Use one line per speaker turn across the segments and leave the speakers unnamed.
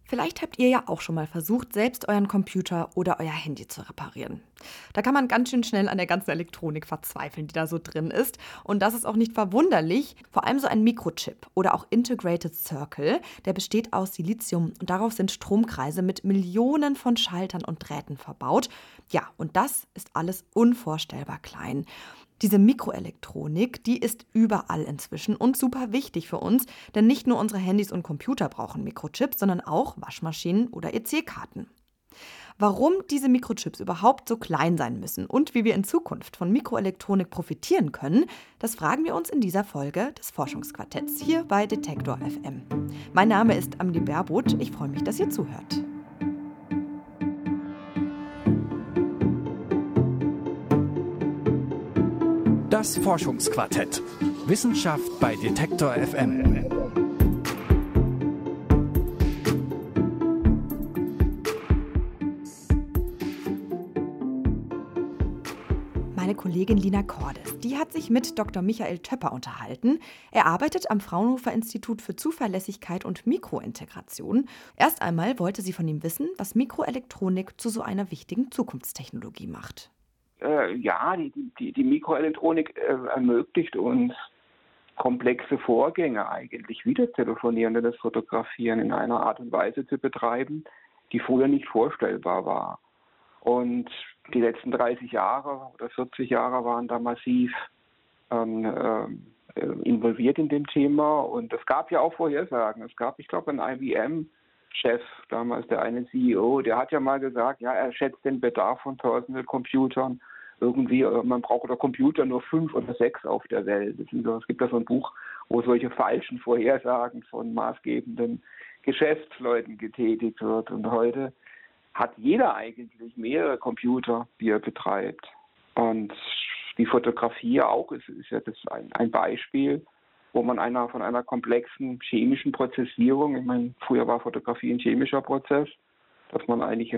Vielleicht habt ihr ja auch schon mal versucht, selbst euren Computer oder euer Handy zu reparieren. Da kann man ganz schön schnell an der ganzen Elektronik verzweifeln, die da so drin ist. Und das ist auch nicht verwunderlich. Vor allem so ein Mikrochip oder auch Integrated Circle, der besteht aus Silizium und darauf sind Stromkreise mit Millionen von Schaltern und Drähten verbaut. Ja, und das ist alles unvorstellbar klein. Diese Mikroelektronik, die ist überall inzwischen und super wichtig für uns, denn nicht nur unsere Handys und Computer brauchen Mikrochips, sondern auch Waschmaschinen oder EC-Karten. Warum diese Mikrochips überhaupt so klein sein müssen und wie wir in Zukunft von Mikroelektronik profitieren können, das fragen wir uns in dieser Folge des Forschungsquartetts hier bei Detektor FM. Mein Name ist Amelie Baerboth, ich freue mich, dass ihr zuhört.
Das Forschungsquartett. Wissenschaft bei Detektor FM.
Meine Kollegin Lina Cordes, die hat sich mit Dr. Michael Töpper unterhalten. Er arbeitet am Fraunhofer Institut für Zuverlässigkeit und Mikrointegration. Erst einmal wollte sie von ihm wissen, was Mikroelektronik zu so einer wichtigen Zukunftstechnologie macht.
Die Mikroelektronik ermöglicht uns komplexe Vorgänge eigentlich wie das Telefonieren oder das Fotografieren in einer Art und Weise zu betreiben, die früher nicht vorstellbar war. Und die letzten 30 Jahre oder 40 Jahre waren da massiv involviert in dem Thema. Und es gab ja auch Vorhersagen. Es gab, ich glaube, einen IBM-Chef, damals der eine CEO, der hat ja mal gesagt, ja, er schätzt den Bedarf von Personal Computern irgendwie, man braucht Computer nur 5 oder 6 auf der Welt. Es gibt da so ein Buch, wo solche falschen Vorhersagen von maßgebenden Geschäftsleuten getätigt wird. Und heute hat jeder eigentlich mehrere Computer, die er betreibt. Und die Fotografie auch ist ja das ein Beispiel, wo man von einer komplexen chemischen Prozessierung, ich meine, früher war Fotografie ein chemischer Prozess, dass man eigentlich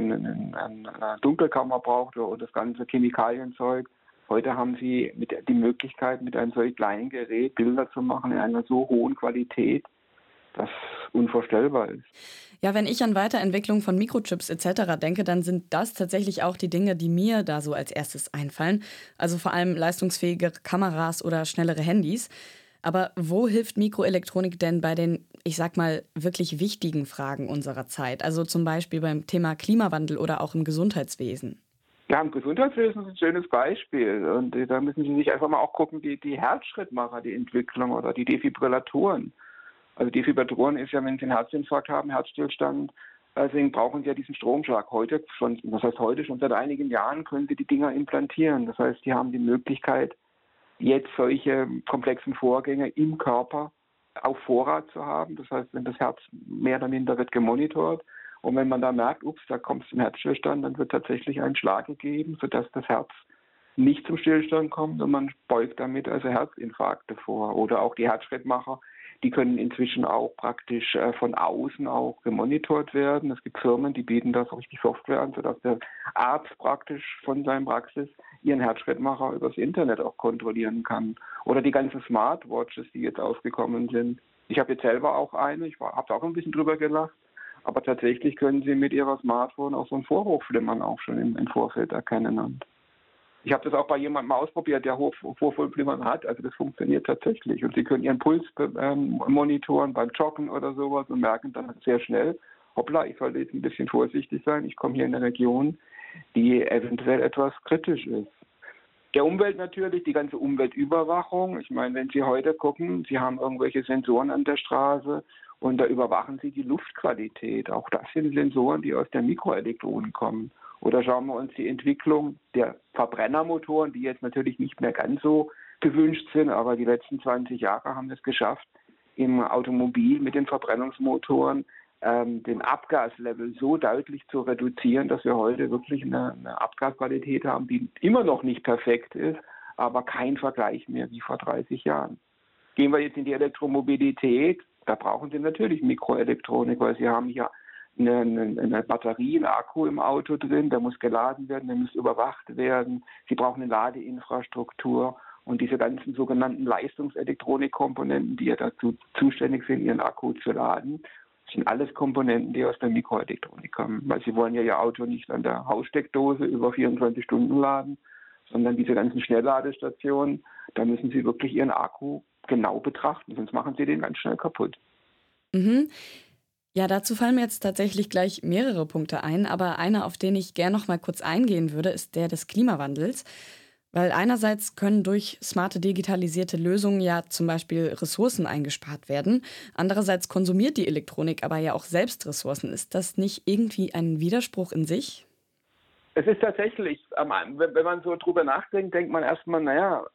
eine Dunkelkammer brauchte und das ganze Chemikalienzeug. Heute haben sie die Möglichkeit, mit einem solch kleinen Gerät Bilder zu machen in einer so hohen Qualität, dass unvorstellbar ist.
Ja, wenn ich an Weiterentwicklung von Mikrochips etc. denke, dann sind das tatsächlich auch die Dinge, die mir da so als erstes einfallen. Also vor allem leistungsfähige Kameras oder schnellere Handys. Aber wo hilft Mikroelektronik denn bei den, ich sag mal, wirklich wichtigen Fragen unserer Zeit? Also zum Beispiel beim Thema Klimawandel oder auch im Gesundheitswesen.
Ja, im Gesundheitswesen ist ein schönes Beispiel. Und da müssen Sie sich einfach mal auch gucken, die Herzschrittmacher, die Entwicklung oder die Defibrillatoren. Also Defibrillatoren ist ja, wenn Sie einen Herzinfarkt haben, Herzstillstand, deswegen brauchen Sie ja diesen Stromschlag. Heute schon, das heißt heute schon seit einigen Jahren können Sie die Dinger implantieren. Das heißt, die haben die Möglichkeit, jetzt solche komplexen Vorgänge im Körper auf Vorrat zu haben. Das heißt, wenn das Herz mehr oder minder wird gemonitort und wenn man da merkt, da kommt es zum Herzstillstand, dann wird tatsächlich ein Schlag gegeben, sodass das Herz nicht zum Stillstand kommt und man beugt damit also Herzinfarkte vor. Oder auch die Herzschrittmacher, die können inzwischen auch praktisch von außen auch gemonitort werden. Es gibt Firmen, die bieten das richtig Software an, sodass der Arzt praktisch von seiner Praxis ihren Herzschrittmacher übers Internet auch kontrollieren kann. Oder die ganzen Smartwatches, die jetzt ausgekommen sind. Ich habe jetzt selber auch eine, ich habe da auch ein bisschen drüber gelacht, aber tatsächlich können Sie mit Ihrer Smartphone auch so ein Vorhofflimmern auch schon im Vorfeld erkennen. Und ich habe das auch bei jemandem mal ausprobiert, der Vorhofflimmern hat. Also das funktioniert tatsächlich. Und Sie können Ihren Puls monitoren beim Joggen oder sowas und merken dann sehr schnell, hoppla, ich sollte jetzt ein bisschen vorsichtig sein. Ich komme hier in eine Region, die eventuell etwas kritisch ist. Der Umwelt natürlich, die ganze Umweltüberwachung. Ich meine, wenn Sie heute gucken, Sie haben irgendwelche Sensoren an der Straße und da überwachen Sie die Luftqualität. Auch das sind Sensoren, die aus der Mikroelektronik kommen. Oder schauen wir uns die Entwicklung der Verbrennermotoren, die jetzt natürlich nicht mehr ganz so gewünscht sind, aber die letzten 20 Jahre haben es geschafft, im Automobil mit den Verbrennungsmotoren den Abgaslevel so deutlich zu reduzieren, dass wir heute wirklich eine Abgasqualität haben, die immer noch nicht perfekt ist, aber kein Vergleich mehr wie vor 30 Jahren. Gehen wir jetzt in die Elektromobilität, da brauchen Sie natürlich Mikroelektronik, weil Sie haben ja eine Batterie, ein Akku im Auto drin, der muss geladen werden, der muss überwacht werden. Sie brauchen eine Ladeinfrastruktur und diese ganzen sogenannten Leistungselektronikkomponenten, die ja dazu zuständig sind, ihren Akku zu laden, Das sind alles Komponenten, die aus der Mikroelektronik kommen. Weil Sie wollen ja Ihr Auto nicht an der Haussteckdose über 24 Stunden laden, sondern diese ganzen Schnellladestationen, da müssen Sie wirklich Ihren Akku genau betrachten, sonst machen Sie den ganz schnell kaputt.
Mhm. Ja, dazu fallen mir jetzt tatsächlich gleich mehrere Punkte ein, aber einer, auf den ich gerne noch mal kurz eingehen würde, ist der des Klimawandels. Weil einerseits können durch smarte digitalisierte Lösungen ja zum Beispiel Ressourcen eingespart werden. Andererseits konsumiert die Elektronik aber ja auch selbst Ressourcen. Ist das nicht irgendwie ein Widerspruch in sich?
Es ist tatsächlich, wenn man so drüber nachdenkt, denkt man erstmal,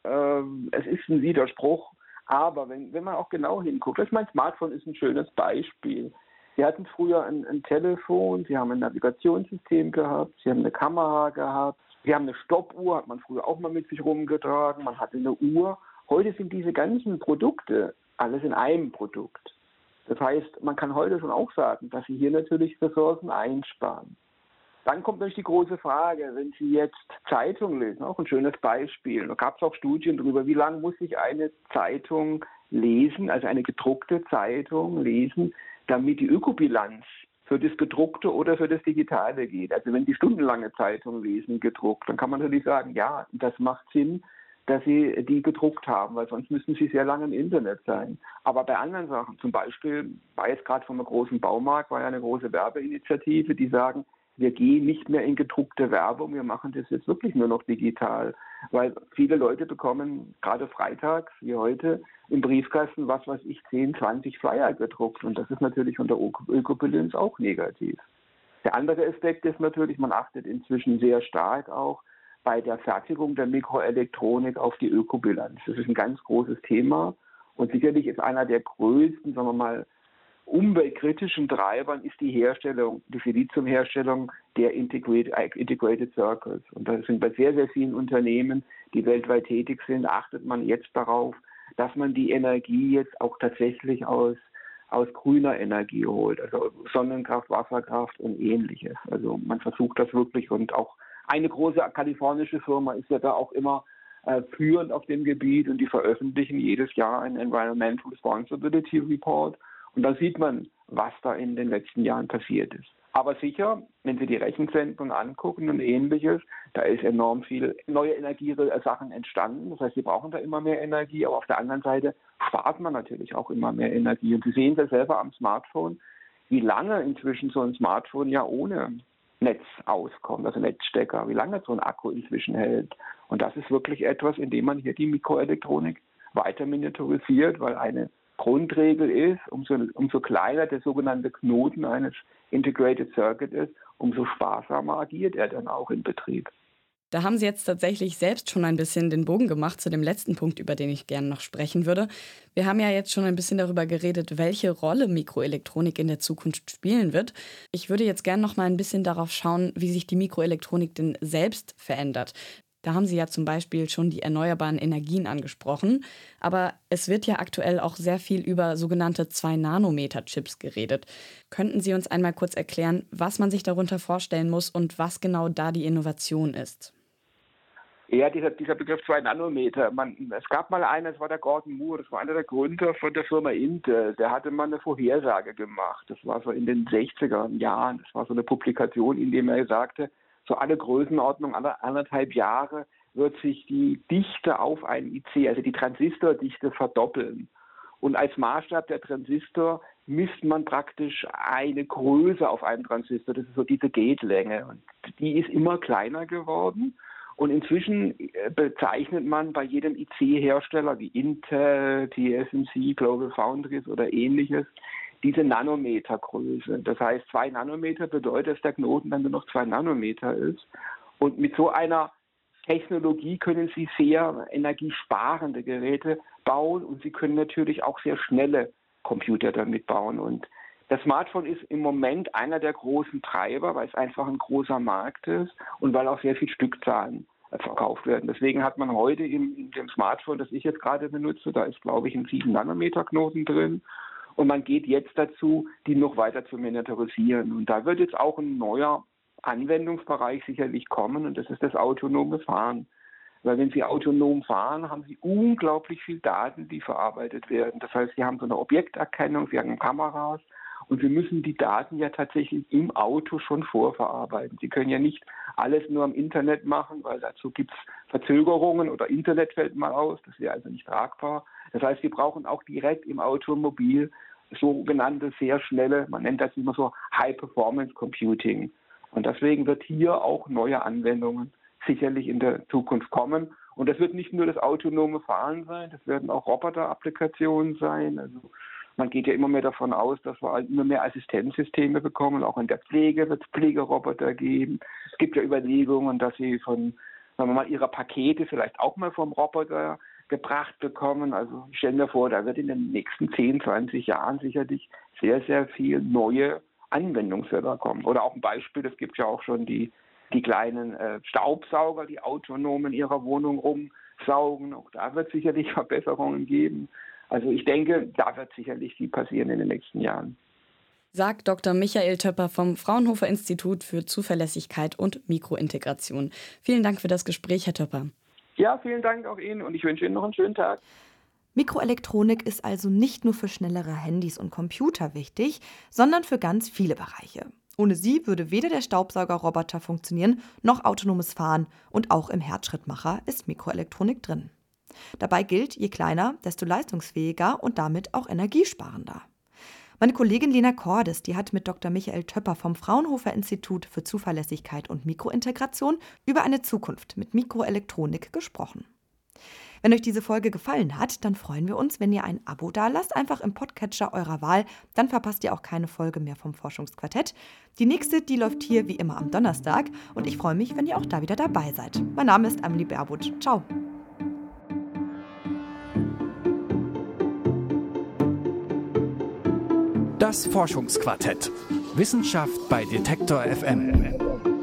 es ist ein Widerspruch. Aber wenn man auch genau hinguckt, mein Smartphone ist ein schönes Beispiel. Sie hatten früher ein Telefon, Sie haben ein Navigationssystem gehabt, Sie haben eine Kamera gehabt, Sie haben eine Stoppuhr, hat man früher auch mal mit sich rumgetragen, man hatte eine Uhr. Heute sind diese ganzen Produkte alles in einem Produkt. Das heißt, man kann heute schon auch sagen, dass Sie hier natürlich Ressourcen einsparen. Dann kommt natürlich die große Frage, wenn Sie jetzt Zeitung lesen, auch ein schönes Beispiel, da gab es auch Studien darüber, wie lange muss ich eine Zeitung lesen, also eine gedruckte Zeitung lesen, damit die Ökobilanz für das Gedruckte oder für das Digitale geht. Also wenn Sie stundenlange Zeitung lesen, gedruckt, dann kann man natürlich sagen, ja, das macht Sinn, dass Sie die gedruckt haben, weil sonst müssten Sie sehr lange im Internet sein. Aber bei anderen Sachen, zum Beispiel, war jetzt gerade von einem großen Baumarkt, war ja eine große Werbeinitiative, die sagen, wir gehen nicht mehr in gedruckte Werbung, wir machen das jetzt wirklich nur noch digital. Weil viele Leute bekommen gerade freitags, wie heute, im Briefkasten, 10, 20 Flyer gedruckt. Und das ist natürlich unter Ökobilanz auch negativ. Der andere Aspekt ist natürlich, man achtet inzwischen sehr stark auch bei der Fertigung der Mikroelektronik auf die Ökobilanz. Das ist ein ganz großes Thema. Und sicherlich ist einer der größten, sagen wir mal, umweltkritischen Treibern ist die Siliziumherstellung der Integrated Circuits. Und das sind bei sehr, sehr vielen Unternehmen, die weltweit tätig sind, achtet man jetzt darauf, dass man die Energie jetzt auch tatsächlich aus grüner Energie holt, also Sonnenkraft, Wasserkraft und ähnliches. Also man versucht das wirklich und auch eine große kalifornische Firma ist ja da auch immer führend auf dem Gebiet und die veröffentlichen jedes Jahr einen Environmental Responsibility Report. Und da sieht man, was da in den letzten Jahren passiert ist. Aber sicher, wenn Sie die Rechenzentren angucken und Ähnliches, da ist enorm viel neue Energiesachen entstanden. Das heißt, Sie brauchen da immer mehr Energie, aber auf der anderen Seite spart man natürlich auch immer mehr Energie. Und Sie sehen das selber am Smartphone, wie lange inzwischen so ein Smartphone ja ohne Netz auskommt, also Netzstecker, wie lange so ein Akku inzwischen hält. Und das ist wirklich etwas, in dem man hier die Mikroelektronik weiter miniaturisiert, weil eine Grundregel ist, umso kleiner der sogenannte Knoten eines Integrated Circuit ist, umso sparsamer agiert er dann auch im Betrieb.
Da haben Sie jetzt tatsächlich selbst schon ein bisschen den Bogen gemacht zu dem letzten Punkt, über den ich gerne noch sprechen würde. Wir haben ja jetzt schon ein bisschen darüber geredet, welche Rolle Mikroelektronik in der Zukunft spielen wird. Ich würde jetzt gerne noch mal ein bisschen darauf schauen, wie sich die Mikroelektronik denn selbst verändert. Da haben Sie ja zum Beispiel schon die erneuerbaren Energien angesprochen. Aber es wird ja aktuell auch sehr viel über sogenannte 2-Nanometer-Chips geredet. Könnten Sie uns einmal kurz erklären, was man sich darunter vorstellen muss und was genau da die Innovation ist?
Ja, dieser Begriff 2 Nanometer. Es gab mal einen, das war der Gordon Moore, das war einer der Gründer von der Firma Intel. Der hatte mal eine Vorhersage gemacht. Das war so in den 60er Jahren. Das war so eine Publikation, in der er sagte, so alle Größenordnung, alle 1,5 Jahre wird sich die Dichte auf einem IC, also die Transistordichte, verdoppeln. Und als Maßstab der Transistor misst man praktisch eine Größe auf einem Transistor. Das ist so diese Gatelänge. Und die ist immer kleiner geworden. Und inzwischen bezeichnet man bei jedem IC-Hersteller wie Intel, TSMC, Global Foundries oder ähnliches diese Nanometergröße. Das heißt, 2 Nanometer bedeutet, dass der Knoten dann nur noch 2 Nanometer ist. Und mit so einer Technologie können Sie sehr energiesparende Geräte bauen und Sie können natürlich auch sehr schnelle Computer damit bauen. Und das Smartphone ist im Moment einer der großen Treiber, weil es einfach ein großer Markt ist und weil auch sehr viel Stückzahlen verkauft werden. Deswegen hat man heute in dem Smartphone, das ich jetzt gerade benutze, da ist, glaube ich, ein 7-Nanometer-Knoten drin. Und man geht jetzt dazu, die noch weiter zu miniaturisieren. Und da wird jetzt auch ein neuer Anwendungsbereich sicherlich kommen, und das ist das autonome Fahren. Weil wenn Sie autonom fahren, haben Sie unglaublich viel Daten, die verarbeitet werden. Das heißt, Sie haben so eine Objekterkennung, Sie haben Kameras Und Sie müssen die Daten ja tatsächlich im Auto schon vorverarbeiten. Sie können ja nicht alles nur im Internet machen, weil dazu gibt es Verzögerungen oder Internet fällt mal aus. Das wäre also nicht tragbar. Das heißt, Sie brauchen auch direkt im Automobil sogenannte sehr schnelle, man nennt das immer so High-Performance-Computing. Und deswegen wird hier auch neue Anwendungen sicherlich in der Zukunft kommen. Und das wird nicht nur das autonome Fahren sein, das werden auch Roboter-Applikationen sein. Also man geht ja immer mehr davon aus, dass wir immer mehr Assistenzsysteme bekommen. Auch in der Pflege wird es Pflegeroboter geben. Es gibt ja Überlegungen, dass Sie von, sagen wir mal, Ihre Pakete vielleicht auch mal vom Roboter gebracht bekommen. Also ich stelle mir vor, da wird in den nächsten 10, 20 Jahren sicherlich sehr, sehr viel neue Anwendungsfelder kommen. Oder auch ein Beispiel, es gibt ja auch schon die kleinen Staubsauger, die autonom in ihrer Wohnung rumsaugen. Auch da wird es sicherlich Verbesserungen geben. Also ich denke, da wird sicherlich viel passieren in den nächsten Jahren.
Sagt Dr. Michael Töpper vom Fraunhofer Institut für Zuverlässigkeit und Mikrointegration. Vielen Dank für das Gespräch, Herr Töpper.
Ja, vielen Dank auch Ihnen und ich wünsche Ihnen noch einen schönen Tag.
Mikroelektronik ist also nicht nur für schnellere Handys und Computer wichtig, sondern für ganz viele Bereiche. Ohne sie würde weder der Staubsaugerroboter funktionieren, noch autonomes Fahren und auch im Herzschrittmacher ist Mikroelektronik drin. Dabei gilt, je kleiner, desto leistungsfähiger und damit auch energiesparender. Meine Kollegin Lena Cordes, die hat mit Dr. Michael Töpper vom Fraunhofer Institut für Zuverlässigkeit und Mikrointegration über eine Zukunft mit Mikroelektronik gesprochen. Wenn euch diese Folge gefallen hat, dann freuen wir uns, wenn ihr ein Abo dalasst, einfach im Podcatcher eurer Wahl. Dann verpasst ihr auch keine Folge mehr vom Forschungsquartett. Die nächste, die läuft hier wie immer am Donnerstag und ich freue mich, wenn ihr auch da wieder dabei seid. Mein Name ist Amelie Baerbuth. Ciao.
Das Forschungsquartett. Wissenschaft bei Detektor FM.